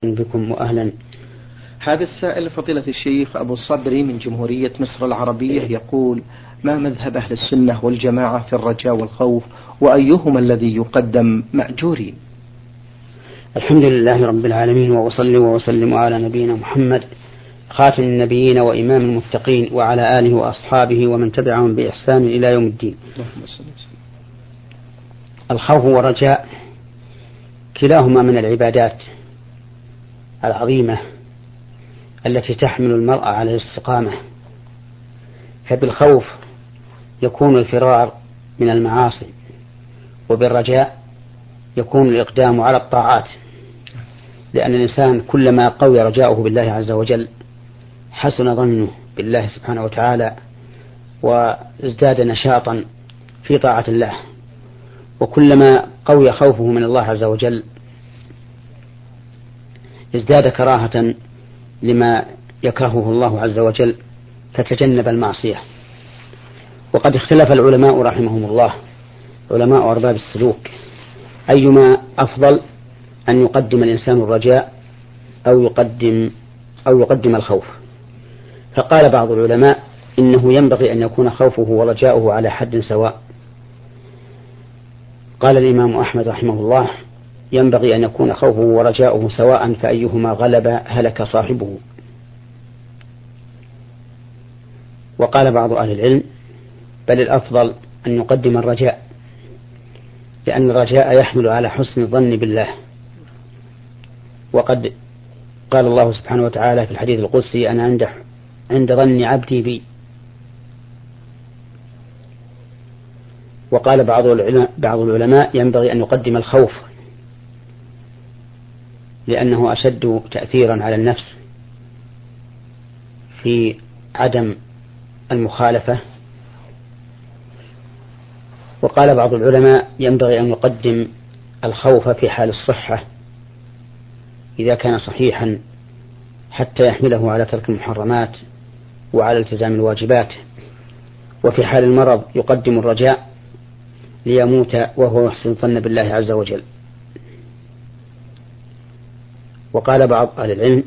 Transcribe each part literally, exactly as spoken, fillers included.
بكم وأهلا. هذا السائل فضيلة الشيخ أبو الصبري من جمهورية مصر العربية يقول: ما مذهب أهل السنة والجماعة في الرجاء والخوف، وأيهما الذي يقدم مأجورين؟ الحمد لله رب العالمين، وأصلي وأسلم على نبينا محمد خاتم النبيين وإمام المتقين وعلى آله وأصحابه ومن تبعهم بإحسان إلى يوم الدين. الخوف والرجاء كلاهما من العبادات العظيمة التي تحمل المرء على الاستقامة، فبالخوف يكون الفرار من المعاصي، وبالرجاء يكون الإقدام على الطاعات، لأن الإنسان كلما قوي رجاؤه بالله عز وجل حسن ظنه بالله سبحانه وتعالى وازداد نشاطا في طاعة الله، وكلما قوي خوفه من الله عز وجل ازداد كراهة لما يكرهه الله عز وجل فتجنب المعصية. وقد اختلف العلماء رحمهم الله، علماء أرباب السلوك، أيما أفضل أن يقدم الإنسان الرجاء أو يقدم أو يقدم الخوف. فقال بعض العلماء إنه ينبغي أن يكون خوفه ورجاؤه على حد سواء. قال الإمام أحمد رحمه الله: ينبغي أن يكون خوفه ورجاؤه سواء، فأيهما غلب هلك صاحبه. وقال بعض أهل العلم: بل الأفضل أن يقدم الرجاء، لأن الرجاء يحمل على حسن الظن بالله. وقد قال الله سبحانه وتعالى في الحديث القدسي: أنا عند عند ظن عبدي بي. وقال بعض العلماء, بعض العلماء ينبغي أن يقدم الخوف، لأنه أشد تأثيرا على النفس في عدم المخالفة. وقال بعض العلماء ينبغي أن يقدم الخوف في حال الصحة إذا كان صحيحا حتى يحمله على ترك المحرمات وعلى التزام الواجبات، وفي حال المرض يقدم الرجاء ليموت وهو يحسن الظن بالله عز وجل. وقال بعض أهل العلم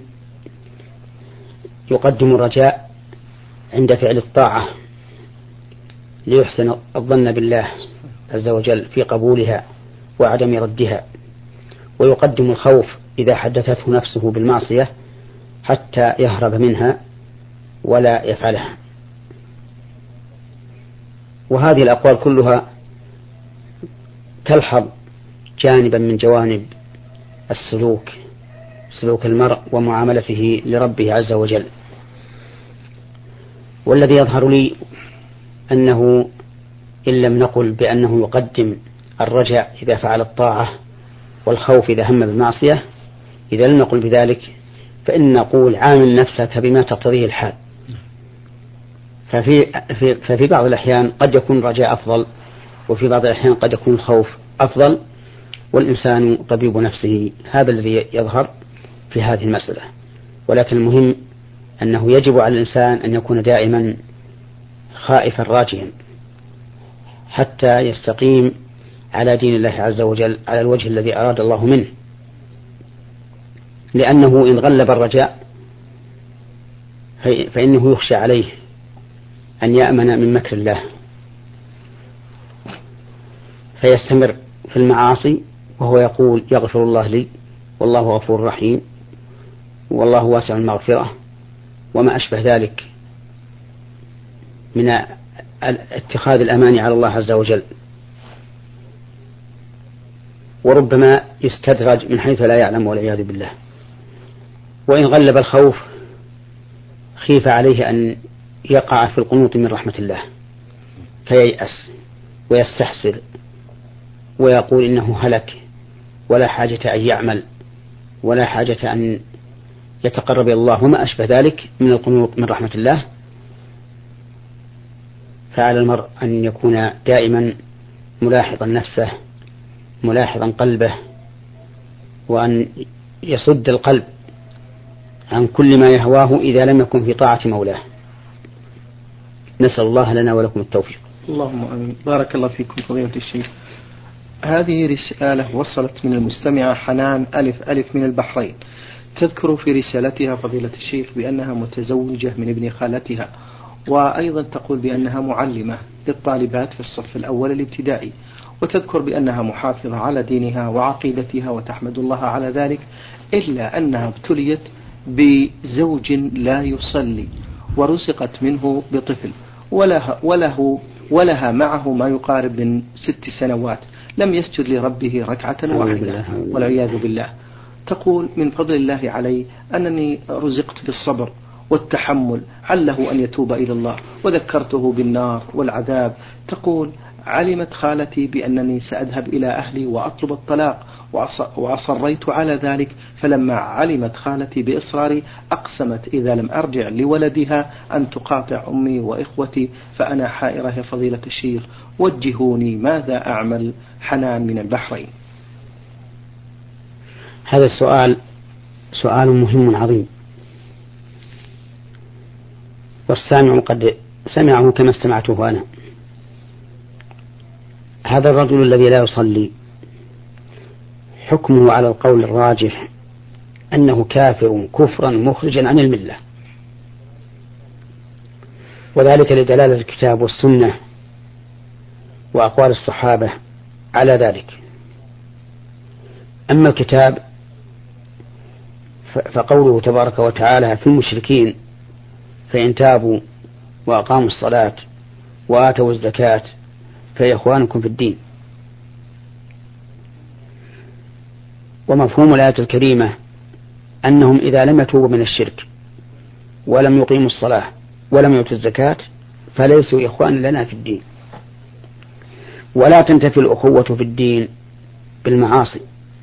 يقدم الرجاء عند فعل الطاعة ليحسن الظن بالله عز وجل في قبولها وعدم ردها، ويقدم الخوف إذا حدثته نفسه بالمعصية حتى يهرب منها ولا يفعلها. وهذه الأقوال كلها تلحظ جانبا من جوانب السلوك، سلوك المرء ومعاملته لربه عز وجل. والذي يظهر لي أنه إن لم نقل بأنه يقدم الرجاء إذا فعل الطاعة والخوف إذا هم بالمعصية، إذا لم نقل بذلك فإن نقول عامل نفسك بما تقتضيه الحال. ففي, في ففي بعض الأحيان قد يكون الرجاء أفضل، وفي بعض الأحيان قد يكون الخوف أفضل، والإنسان طبيب نفسه. هذا الذي يظهر في هذه المسألة. ولكن المهم أنه يجب على الإنسان أن يكون دائما خائفا راجيا حتى يستقيم على دين الله عز وجل على الوجه الذي أراد الله منه، لأنه إن غلب الرجاء فإنه يخشى عليه أن يأمن من مكر الله فيستمر في المعاصي وهو يقول: يغفر الله لي والله غفور رحيم والله واسع المغفرة، وما أشبه ذلك من اتخاذ الأمان على الله عز وجل. وربما يستدرج من حيث لا يعلم والعياذ بالله. وإن غلب الخوف خيف عليه أن يقع في القنوط من رحمة الله فييأس ويستحسر ويقول إنه هلك ولا حاجة أن يعمل ولا حاجة أن يتقرب إلى الله وما أشبه ذلك من القنوط من رحمة الله. فعلى المرء أن يكون دائما ملاحظا نفسه ملاحظا قلبه، وأن يصد القلب عن كل ما يهواه إذا لم يكن في طاعة مولاه. نسأل الله لنا ولكم التوفيق. اللهم آمين. بارك الله فيكم فضيلة الشيخ. هذه رسالة وصلت من المستمعة حنان ألف ألف من البحرين، تذكر في رسالتها فضيلة الشيخ بأنها متزوجة من ابن خالتها، وأيضا تقول بأنها معلمة للطالبات في الصف الأول الابتدائي، وتذكر بأنها محافظة على دينها وعقيدتها وتحمد الله على ذلك، إلا أنها ابتليت بزوج لا يصلي ورزقت منه بطفل، وله, وله ولها معه ما يقارب من ست سنوات لم يسجد لربه ركعة واحدة والعياذ بالله. تقول من فضل الله علي أنني رزقت بالصبر والتحمل عله أن يتوب إلى الله، وذكرته بالنار والعذاب. تقول علمت خالتي بأنني سأذهب إلى أهلي وأطلب الطلاق، وأصريت على ذلك، فلما علمت خالتي بإصراري أقسمت إذا لم أرجع لولدها أن تقاطع أمي وإخوتي، فأنا حائرة يا فضيلة الشيخ، وجهوني ماذا أعمل؟ حنان من البحرين. هذا السؤال سؤال مهم عظيم، والسامع قد سمعه كما استمعته أنا. هذا الرجل الذي لا يصلي حكمه على القول الراجح أنه كافر كفرا مخرجا عن الملة، وذلك لدلالة الكتاب والسنة وأقوال الصحابة على ذلك. أما الكتاب فقوله تبارك وتعالى في المشركين فإن تابوا وأقاموا الصلاة وآتوا الزكاة فإخوانكم في الدين. ومفهوم الآية الكريمة أنهم إذا لم يتوبوا من الشرك ولم يقيموا الصلاة ولم يؤتوا الزكاة فليسوا إخوان لنا في الدين. ولا تنتفي الأخوة في الدين بالمعاصي،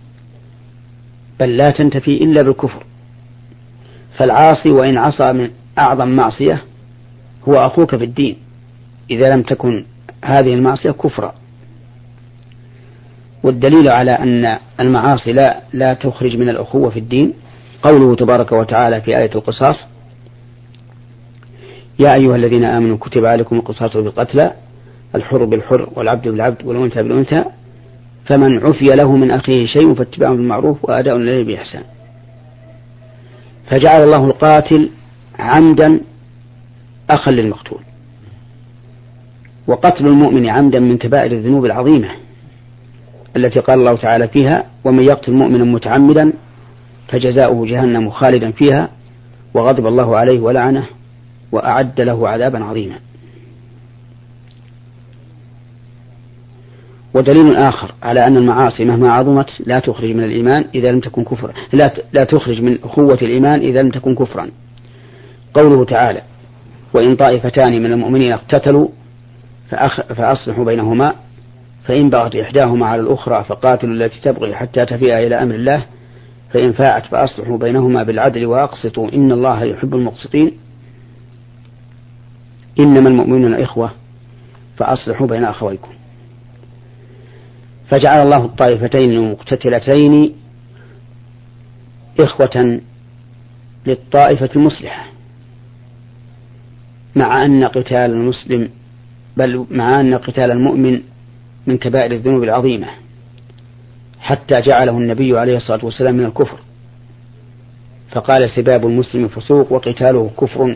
بل لا تنتفي إلا بالكفر، فالعاصي وإن عصى من أعظم معصية هو أخوك في الدين إذا لم تكن هذه المعصية كفرا. والدليل على أن المعاصي لا, لا تخرج من الأخوة في الدين قوله تبارك وتعالى في آية القصاص يا أيها الذين آمنوا كتب عليكم القصاص بالقتلى الحر بالحر والعبد بالعبد والأنثى بالأنثى فمن عفي له من أخيه شيء فاتباع بالمعروف وأداء إليه بإحسان. فجعل الله القاتل عمدا أخا للمقتول، وقتل المؤمن عمدا من كبائر الذنوب العظيمة التي قال الله تعالى فيها ومن يقتل مؤمنا متعمدا فجزاؤه جهنم خالدا فيها وغضب الله عليه ولعنه وأعد له عذابا عظيما. ودليل آخر على أن المعاصي مهما عظمت لا تخرج من الإيمان إذا لم تكن كفرا، لا لا تخرج من أخوة الإيمان إذا لم تكن كفرا. قوله تعالى وإن طائفتان من المؤمنين اقتتلوا فأصلحوا بينهما فإن بغت إحداهما على الأخرى فقاتلوا التي تبغي حتى تفيء إلى أمر الله فإن فاعت فأصلحوا بينهما بالعدل وأقسطوا إن الله يحب المقسطين إنما المؤمنون إخوة فأصلحوا بين أخويكم. فجعل الله الطائفتين المقتتلتين إخوة للطائفة المصلحة، مع أن قتال المسلم بل مع أن قتال المؤمن من كبائر الذنوب العظيمة، حتى جعله النبي عليه الصلاة والسلام من الكفر، فقال سباب المسلم فسوق وقتاله كفر،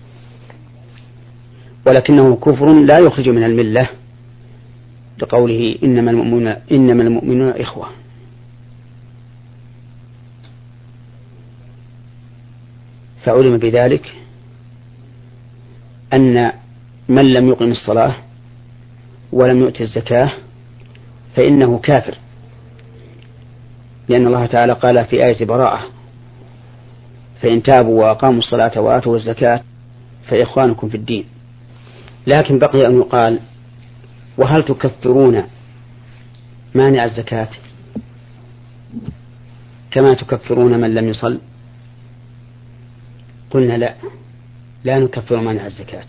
ولكنه كفر لا يخرج من الملة لقوله إنما المؤمنون إنما المؤمنون إخوة. فعلم بذلك أن من لم يقم الصلاة ولم يؤت الزكاة فإنه كافر، لأن الله تعالى قال في آية براءة فإن تابوا وأقاموا الصلاة وآتوا الزكاة فإخوانكم في الدين. لكن بقي أن يقال وهل تكفرون مانع الزكاة كما تكفرون من لم يصل؟ قلنا لا، لا نكفر مانع الزكاة،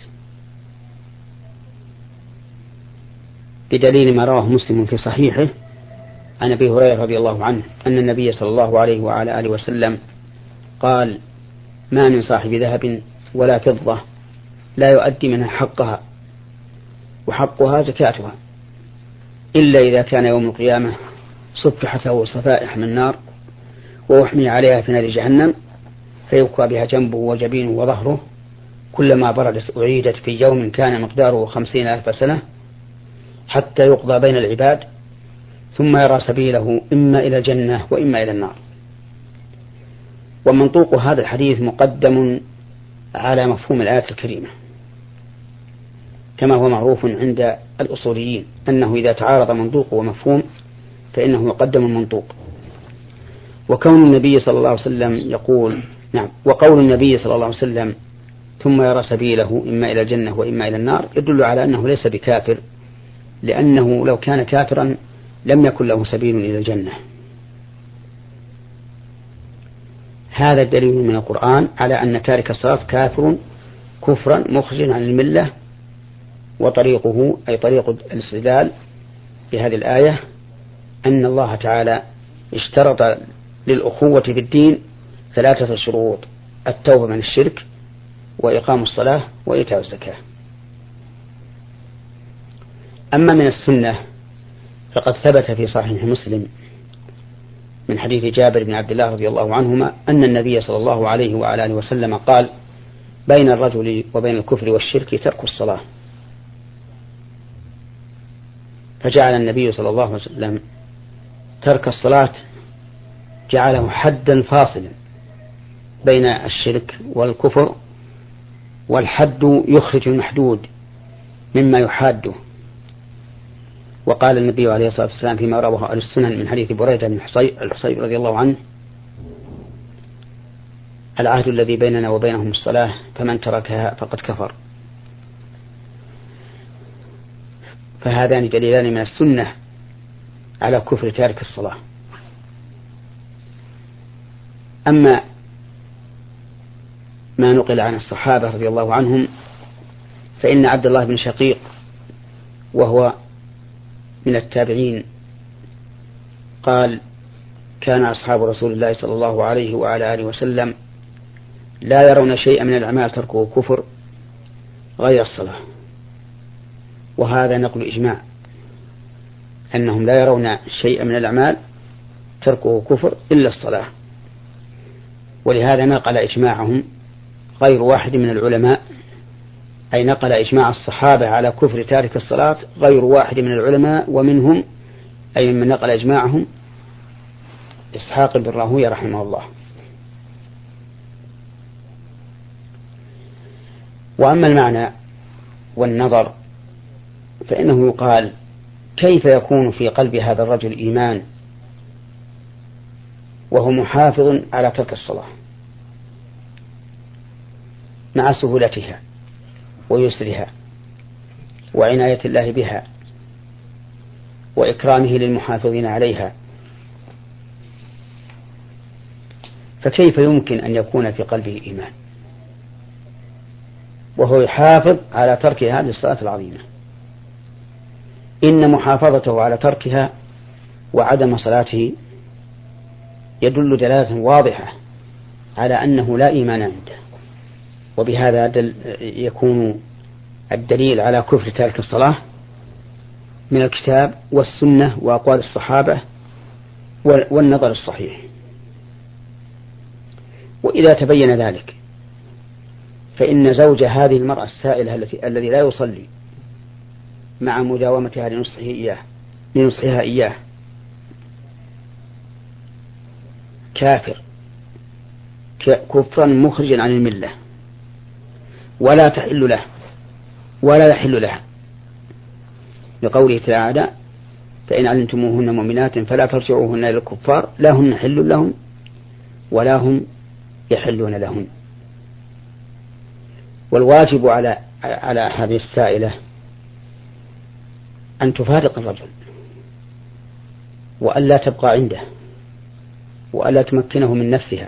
بدليل ما رواه مسلم في صحيحه عن أبي هريرة رضي الله عنه أن النبي صلى الله عليه وعلى آله وسلم قال ما من صاحب ذهب ولا فضة لا يؤدي منها حقها وحقها زكاتها إلا إذا كان يوم القيامة صفحت له صفائح من نار وأحمي عليها في نار جهنم فيكوى بها جنبه وجبينه وظهره كلما بردت أعيدت في يوم كان مقداره خمسين ألف سنة حتى يقضى بين العباد ثم يرى سبيله إما إلى الجنة وإما إلى النار. ومنطوق هذا الحديث مقدم على مفهوم الآية الكريمة كما هو معروف عند الأصوليين أنه إذا تعارض منطوق ومفهوم فإنه يقدم المنطوق. وكون النبي صلى الله عليه وسلم يقول نعم وقول النبي صلى الله عليه وسلم ثم يرى سبيله إما إلى الجنة وإما إلى النار يدل على أنه ليس بكافر، لأنه لو كان كافرا لم يكن له سبيل إلى الجنة. هذا الدليل من القرآن على أن تارك الصلاة كافر كفرا مخرجا عن الملة، وطريقه أي طريق الاستدلال بهذه الآية أن الله تعالى اشترط للأخوة في الدين ثلاثة شروط: التوبة من الشرك وإقام الصلاة وإيتاء الزكاة. أما من السنة فقد ثبت في صحيح مسلم من حديث جابر بن عبد الله رضي الله عنهما أن النبي صلى الله عليه وعلى آله وسلم قال: بين الرجل وبين الكفر والشرك ترك الصلاة. فجعل النبي صلى الله عليه وسلم ترك الصلاة جعله حدا فاصلا بين الشرك والكفر، والحد يخرج المحدود مما يحاده. وقال النبي عليه الصلاة والسلام فيما رواه أهل السنن من حديث بريدة بن الحصيب رضي الله عنه: العهد الذي بيننا وبينهم الصلاة فمن تركها فقد كفر. فهذان دليلان من السنة على كفر تارك الصلاة. أما ما نقل عن الصحابة رضي الله عنهم فإن عبد الله بن شقيق وهو من التابعين قال: كان أصحاب رسول الله صلى الله عليه وعلى آله وسلم لا يرون شيئا من الأعمال تركه كفر غير الصلاة. وهذا نقل إجماع أنهم لا يرون شيئا من الأعمال تركه كفر إلا الصلاة. ولهذا نقل إجماعهم غير واحد من العلماء، أي نقل إجماع الصحابة على كفر تارك الصلاة غير واحد من العلماء، ومنهم أي من نقل إجماعهم إسحاق بن راهويه رحمه الله. وأما المعنى والنظر فإنه يقال: كيف يكون في قلب هذا الرجل إيمان وهو محافظ على ترك الصلاة مع سهولتها ويسرها وعناية الله بها وإكرامه للمحافظين عليها؟ فكيف يمكن أن يكون في قلبه إيمان وهو يحافظ على ترك هذه الصلاة العظيمة؟ إن محافظته على تركها وعدم صلاته يدل دلالة واضحة على أنه لا إيمان عنده. وبهذا دل يكون الدليل على كفر تارك الصلاة من الكتاب والسنة وأقوال الصحابة والنظر الصحيح. وإذا تبين ذلك فإن زوج هذه المرأة السائلة التي الذي لا يصلي مع مداومتها لنصحه إياه لنصحها إياه كافر كفرا مخرجا عن الملة، ولا تحل له ولا يحل لها، لقوله تعالى: فإن علمتموهن مؤمنات فلا ترجعوهن إلى الكفار لا هن حل لهم ولا هم يحلون لهن. والواجب على على هذه السائلة أن تفارق الرجل وألا تبقى عنده وألا تمكنه من نفسها،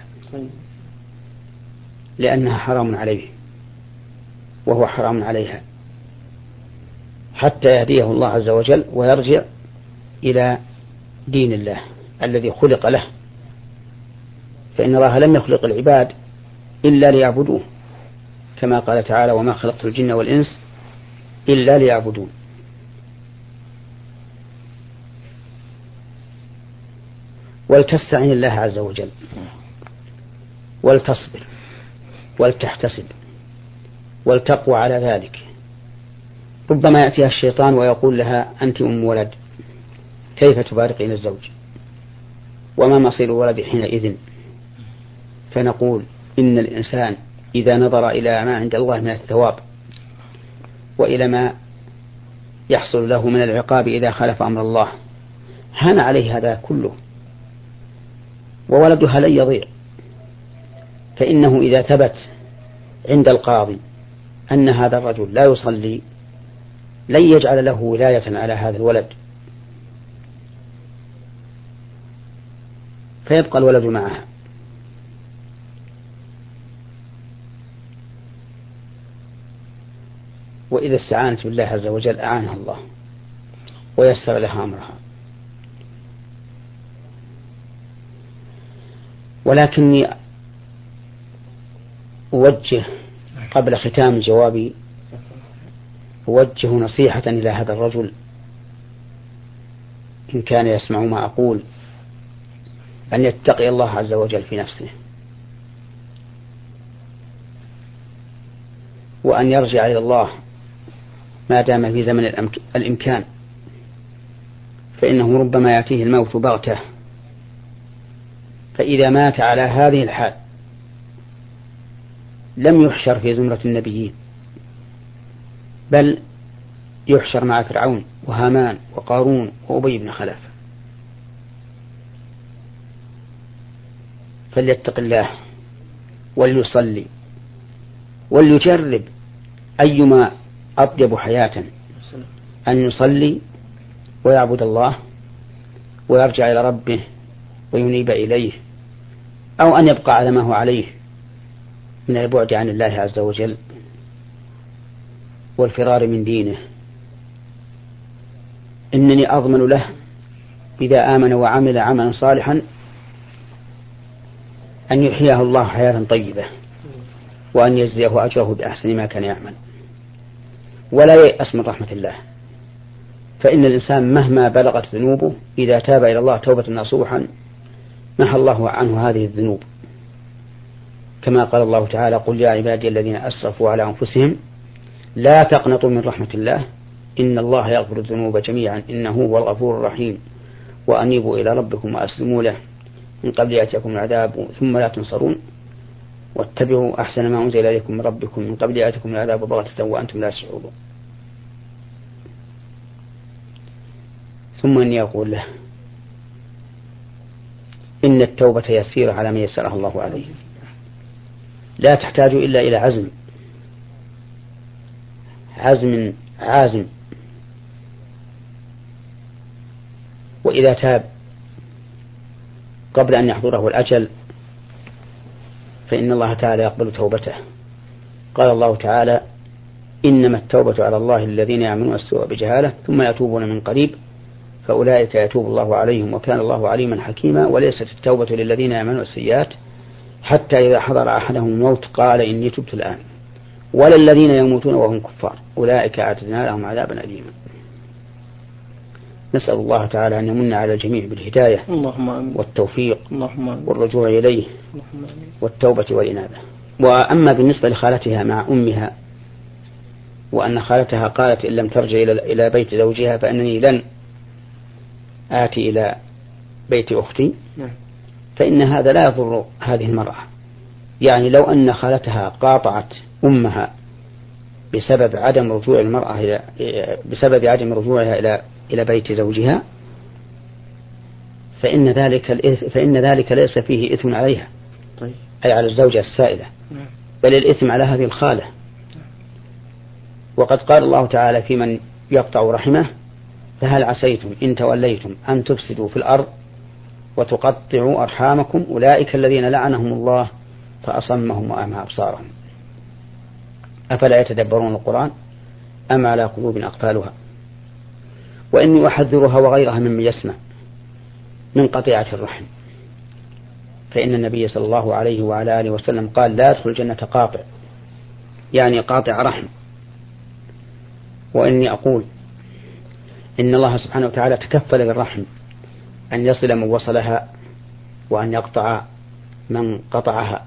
لأنها حرام عليه وهو حرام عليها، حتى يهديه الله عز وجل ويرجع إلى دين الله الذي خلق له. فإن الله لم يخلق العباد إلا ليعبدوه، كما قال تعالى: وما خلقت الجن والإنس إلا ليعبدون. ولتستعين الله عز وجل ولتصبر ولتحتسب ولتقوى على ذلك. ربما يأتيها الشيطان ويقول لها أنت أم ولد كيف تبارقين الزوج وما مصير الولد حينئذ؟ فنقول إن الإنسان إذا نظر إلى ما عند الله من الثواب وإلى ما يحصل له من العقاب إذا خالف أمر الله هان عليه هذا كله، وولدها لن يضيع. فإنه إذا ثبت عند القاضي أن هذا الرجل لا يصلي لن يجعل له ولاية على هذا الولد، فيبقى الولد معها. وإذا استعانت بالله عز وجل أعانها الله ويسر لها أمرها. ولكني أوجه قبل ختام جوابي أوجه نصيحة إلى هذا الرجل إن كان يسمع ما أقول أن يتقي الله عز وجل في نفسه وأن يرجع إلى الله ما دام في زمن الإمكان، فإنه ربما يأتيه الموت بغتة، فإذا مات على هذه الحال لم يحشر في زمرة النبيين بل يحشر مع فرعون وهامان وقارون وأبي بن خلف. فليتق الله وليصلي وليجرب أيما أطيب حياة أن يصلي ويعبد الله ويرجع إلى ربه وينيب إليه، أو أن يبقى على ما هو عليه من البعد عن الله عز وجل والفرار من دينه. إنني أضمن له إذا آمن وعمل عملا صالحا أن يحياه الله حياة طيبة وأن يجزيه أجره بأحسن ما كان يعمل، ولا ييأس من رحمة الله. فإن الإنسان مهما بلغت ذنوبه إذا تاب إلى الله توبة نصوحا محى الله عنه هذه الذنوب، كما قال الله تعالى قل يا عبادي الذين أسرفوا على أنفسهم لا تقنطوا من رحمة الله إن الله يغفر الذنوب جميعا إنه هو الغفور الرحيم وأنيبوا إلى ربكم وأسلموا له من قبل يأتيكم العذاب ثم لا تنصرون واتبعوا أحسن ما أنزل إليكم من ربكم من قبل يأتيكم العذاب بغتة وأنتم لا تشعرون. ثم أني أقول له إن التوبة يسيرة على من يسرها الله عليه، لا تحتاج إلا إلى عزم عزم عازم، وإذا تاب قبل أن يحضره الأجل فإن الله تعالى يقبل توبته. قال الله تعالى إنما التوبة على الله الذين يعملون السوء بجهالة ثم يتوبون من قريب فأولئك يتوب الله عليهم وكان الله عليما حكيما. وليست التوبة للذين يعملون السيئات حتى إذا حضر أحدهم الموت قال إني تبت الآن ولا الذين يموتون وهم كفار أولئك أعتدنا لهم عذابا أليما. نسأل الله تعالى أن يمن على الجميع بالهداية والتوفيق والرجوع إليه والتوبة والإنابة. وأما بالنسبة لخالتها مع أمها وأن خالتها قالت إن لم ترجع إلى بيت زوجها فإنني لن آتي إلى بيت أختي، فإن هذا لا يضر هذه المرأة. يعني لو أن خالتها قاطعت أمها بسبب عدم رجوع المرأة إلى بسبب عدم رجوعها إلى إلى بيت زوجها فإن ذلك فإن ذلك ليس فيه إثم عليها، طيب. أي على الزوجة السائلة، بل الإثم على هذه الخالة. وقد قال الله تعالى في من يقطع رحمه فهل عسيتم إن توليتم أن تفسدوا في الأرض وتقطعوا أرحامكم أولئك الذين لعنهم الله فأصمهم وأعمى أبصارهم أفلا يتدبرون القرآن أم على قلوب أقفالها. وإني أحذرها وغيرها ممن يسمع من قطيعة الرحم، فإن النبي صلى الله عليه وعلى آله وسلم قال لا يدخل الجنة قاطع، يعني قاطع رحم. وإني أقول إن الله سبحانه وتعالى تكفل بالرحم أن يصل من وصلها وأن يقطع من قطعها.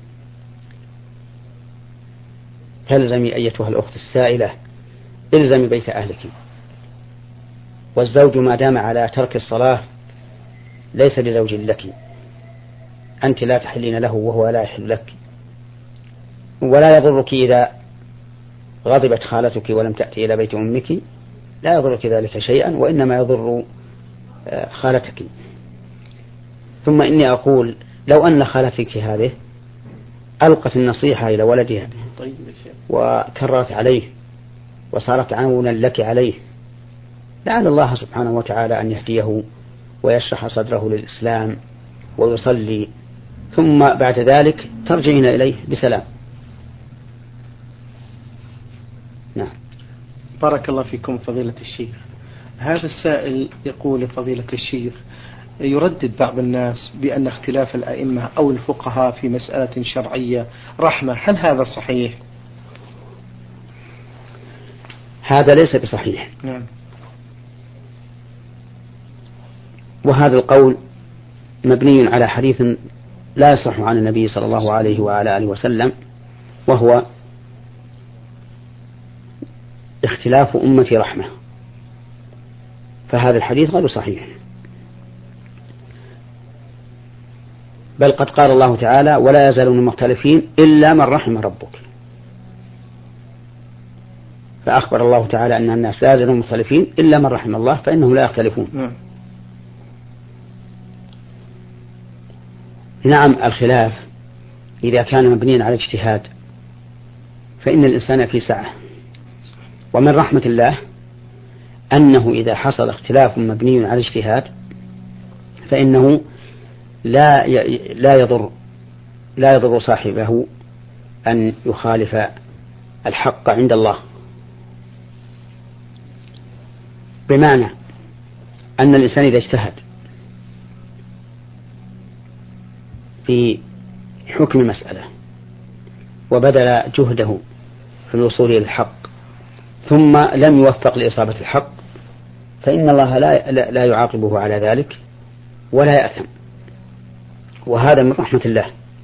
فالزمي أيتها الأخت السائلة، الزمي بيت أهلك. والزوج ما دام على ترك الصلاة ليس بزوج لك، أنت لا تحلين له وهو لا يحل لك. ولا يضرك إذا غضبت خالتك ولم تأتي إلى بيت أمك، لا يضرك ذلك شيئا، وإنما يضر خالتك. ثم إني أقول لو أن خالتك هذه ألقت النصيحة إلى ولدها وكررت عليه وصارت عونا لك عليه، لعل الله سبحانه وتعالى أن يهديه ويشرح صدره للإسلام ويصلي، ثم بعد ذلك ترجعين إليه بسلام. نعم. بارك الله فيكم فضيلة الشيخ. هذا السائل يقول فضيلة الشيخ، يردد بعض الناس بأن اختلاف الأئمة أو الفقهاء في مسألة شرعية رحمة، هل هذا صحيح؟ هذا ليس بصحيح. نعم. وهذا القول مبني على حديث لا يصح عن النبي صلى الله عليه وعلى آله وسلم، وهو اختلاف أمتي رحمة، فهذا الحديث غير صحيح. بل قد قال الله تعالى ولا يزالون مختلفين إلا من رحم ربك، فأخبر الله تعالى أن الناس لا يزالون مختلفين إلا من رحم الله، فإنهم لا يختلفون. نعم، الخلاف إذا كان مبنيا على اجتهاد فإن الإنسان في سعة، ومن رحمة الله أنه إذا حصل اختلاف مبني على اجتهاد فإنه لا لا يضر لا يضر صاحبه أن يخالف الحق عند الله، بمعنى أن الإنسان إذا اجتهد في حكم مسألة وبذل جهده في الوصول إلى الحق ثم لم يوفق لإصابة الحق، فإن الله لا لا يعاقبه على ذلك ولا يأثم. وهذا من رحمة الله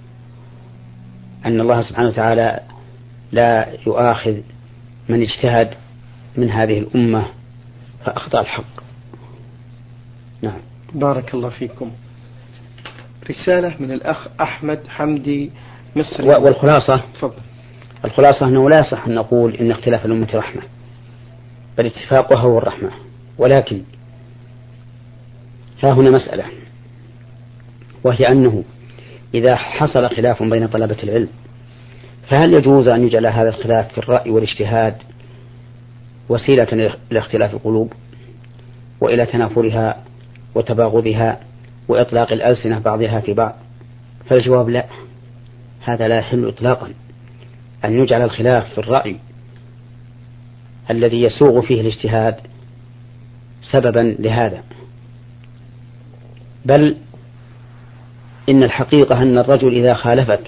أن الله سبحانه وتعالى لا يؤاخذ من اجتهد من هذه الأمة فأخطأ الحق. نعم. بارك الله فيكم. رسالة من الأخ أحمد حمدي مصر. والخلاصة تفضل. الخلاصة أنه لا يصح أن نقول إن اختلاف الأمة رحمة، بل اتفاقها هو الرحمة. ولكن ها هنا مسألة، وهي أنه إذا حصل خلاف بين طلبة العلم فهل يجوز أن يجعل هذا الخلاف في الرأي والاجتهاد وسيلة لاختلاف القلوب وإلى تنافرها وتباغضها وإطلاق الألسنة بعضها في بعض؟ فالجواب لا، هذا لا يحل إطلاقا أن يجعل الخلاف في الرأي الذي يسوغ فيه الاجتهاد سببا لهذا، بل إن الحقيقة أن الرجل إذا خالفت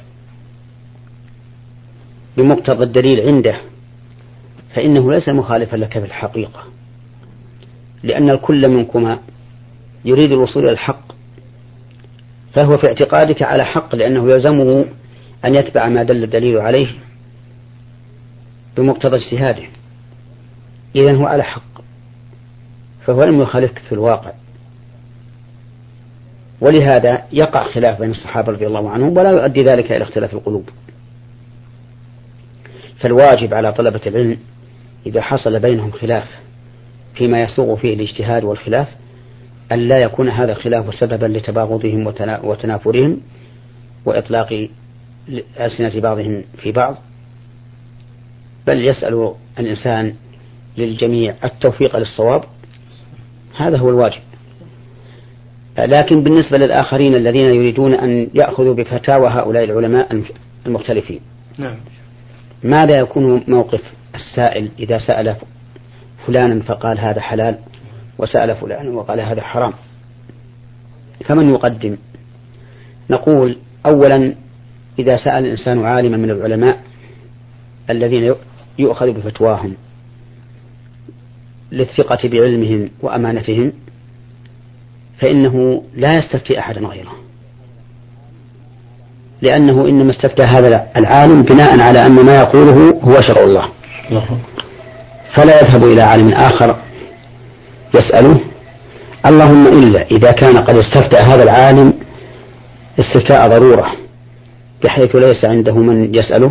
بمقتضى الدليل عنده فإنه ليس مخالفا لك في الحقيقة، لأن الكل منكما يريد الوصول إلى الحق، فهو في اعتقادك على حق لأنه يلزمه أن يتبع ما دل الدليل عليه بمقتضى اجتهاده، إذن هو على حق، فهو لم يخالفك في الواقع. ولهذا يقع خلاف بين الصحابة رضي الله عنهم ولا يؤدي ذلك إلى اختلاف القلوب. فالواجب على طلبة العلم إذا حصل بينهم خلاف فيما يسوغ فيه الاجتهاد والخلاف أن لا يكون هذا الخلاف سببا لتباغضهم وتنافرهم وإطلاق ألسنة بعضهم في بعض، بل يسأل الإنسان للجميع التوفيق للصواب، هذا هو الواجب. لكن بالنسبة للآخرين الذين يريدون أن يأخذوا بفتاوى هؤلاء العلماء المختلفين، نعم، ماذا يكون موقف السائل إذا سأل فلانا فقال هذا حلال وسأل فلانا وقال هذا حرام؟ فمن يقدم؟ نقول أولا إذا سأل الإنسان عالما من العلماء الذين يؤخذ بفتواهم للثقة بعلمهم وأمانتهم فإنه لا يستفتي أحدا غيره، لأنه إنما استفتى هذا العالم بناء على أن ما يقوله هو شرع الله، فلا يذهب إلى عالم آخر يسأله، اللهم إلا إذا كان قد استفتى هذا العالم استفتاء ضرورة بحيث ليس عنده من يسأله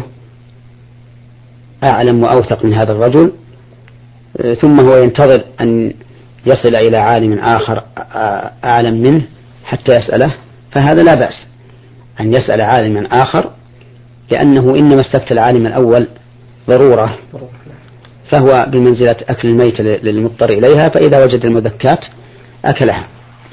أعلم وأوثق من هذا الرجل، ثم هو ينتظر أن يصل إلى عالم آخر أعلم منه حتى يسأله، فهذا لا بأس أن يسأل عالما آخر، لأنه إنما استفتى العالم الأول ضرورة، فهو بمنزلة أكل الميت للمضطر إليها، فإذا وجد المذكات أكلها.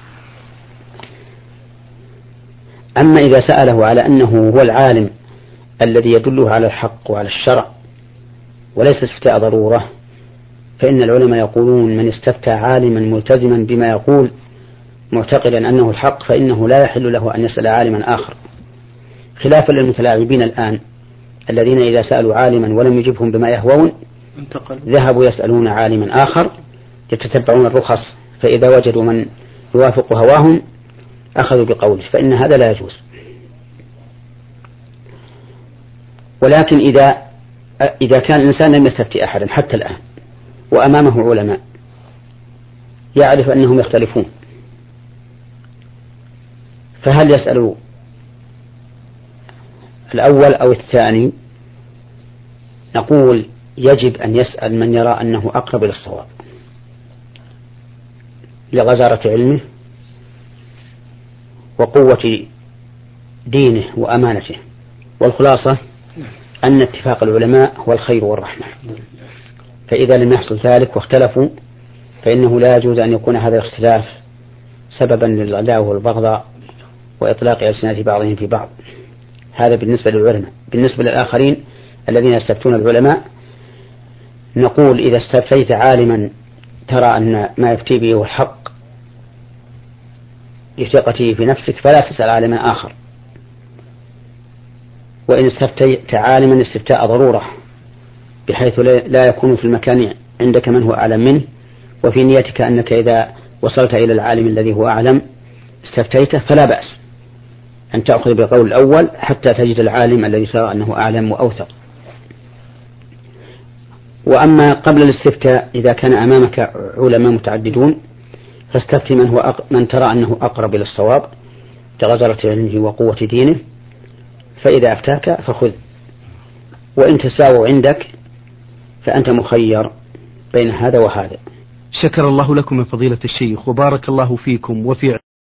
أما إذا سأله على أنه هو العالم الذي يدله على الحق وعلى الشرع وليس استفتاء ضرورة، فإن العلماء يقولون من استفتى عالما ملتزما بما يقول معتقدا أنه الحق فإنه لا يحل له أن يسأل عالما آخر، خلافا للمتلاعبين الآن الذين إذا سألوا عالما ولم يجبهم بما يهوون ذهبوا يسألون عالما آخر يتتبعون الرخص، فإذا وجدوا من يوافق هواهم أخذوا بقوله، فإن هذا لا يجوز. ولكن إذا إذا كان الإنسان لم يستفتي أحدا حتى الآن وأمامه علماء يعرف أنهم يختلفون، فهل يسأل الأول أو الثاني؟ نقول يجب أن يسأل من يرى أنه أقرب إلى الصواب لغزارة علمه وقوة دينه وأمانته، والخلاصة أن اتفاق العلماء هو الخير والرحمة، فإذا لم يحصل ذلك واختلفوا فإنه لا يجوز أن يكون هذا الاختلاف سببا للعداوة والبغضاء وإطلاق ألسنة بعضهم في بعض. هذا بالنسبة للعلماء. بالنسبة للآخرين الذين يستفتون العلماء نقول إذا استفتيت عالما ترى أن ما يفتي به هو الحق لثقته في نفسك فلا تسأل عالما آخر، وإن استفتيت عالما استفتاء ضرورة بحيث لا يكون في المكان عندك من هو أعلم منه، وفي نيتك أنك إذا وصلت إلى العالم الذي هو أعلم استفتيته، فلا بأس أن تأخذ بقول الأول حتى تجد العالم الذي ترى أنه أعلم وأوثق. وأما قبل الاستفتاء إذا كان أمامك علماء متعددون فاستفتي من, هو أق... من ترى أنه أقرب إلى الصواب لغزارة علمه وقوة دينه، فإذا أفتاك فخذ، وإن تساووا عندك فأنت مخير بين هذا وهذا. شكر الله لكم من فضيلة الشيخ وبارك الله فيكم وفي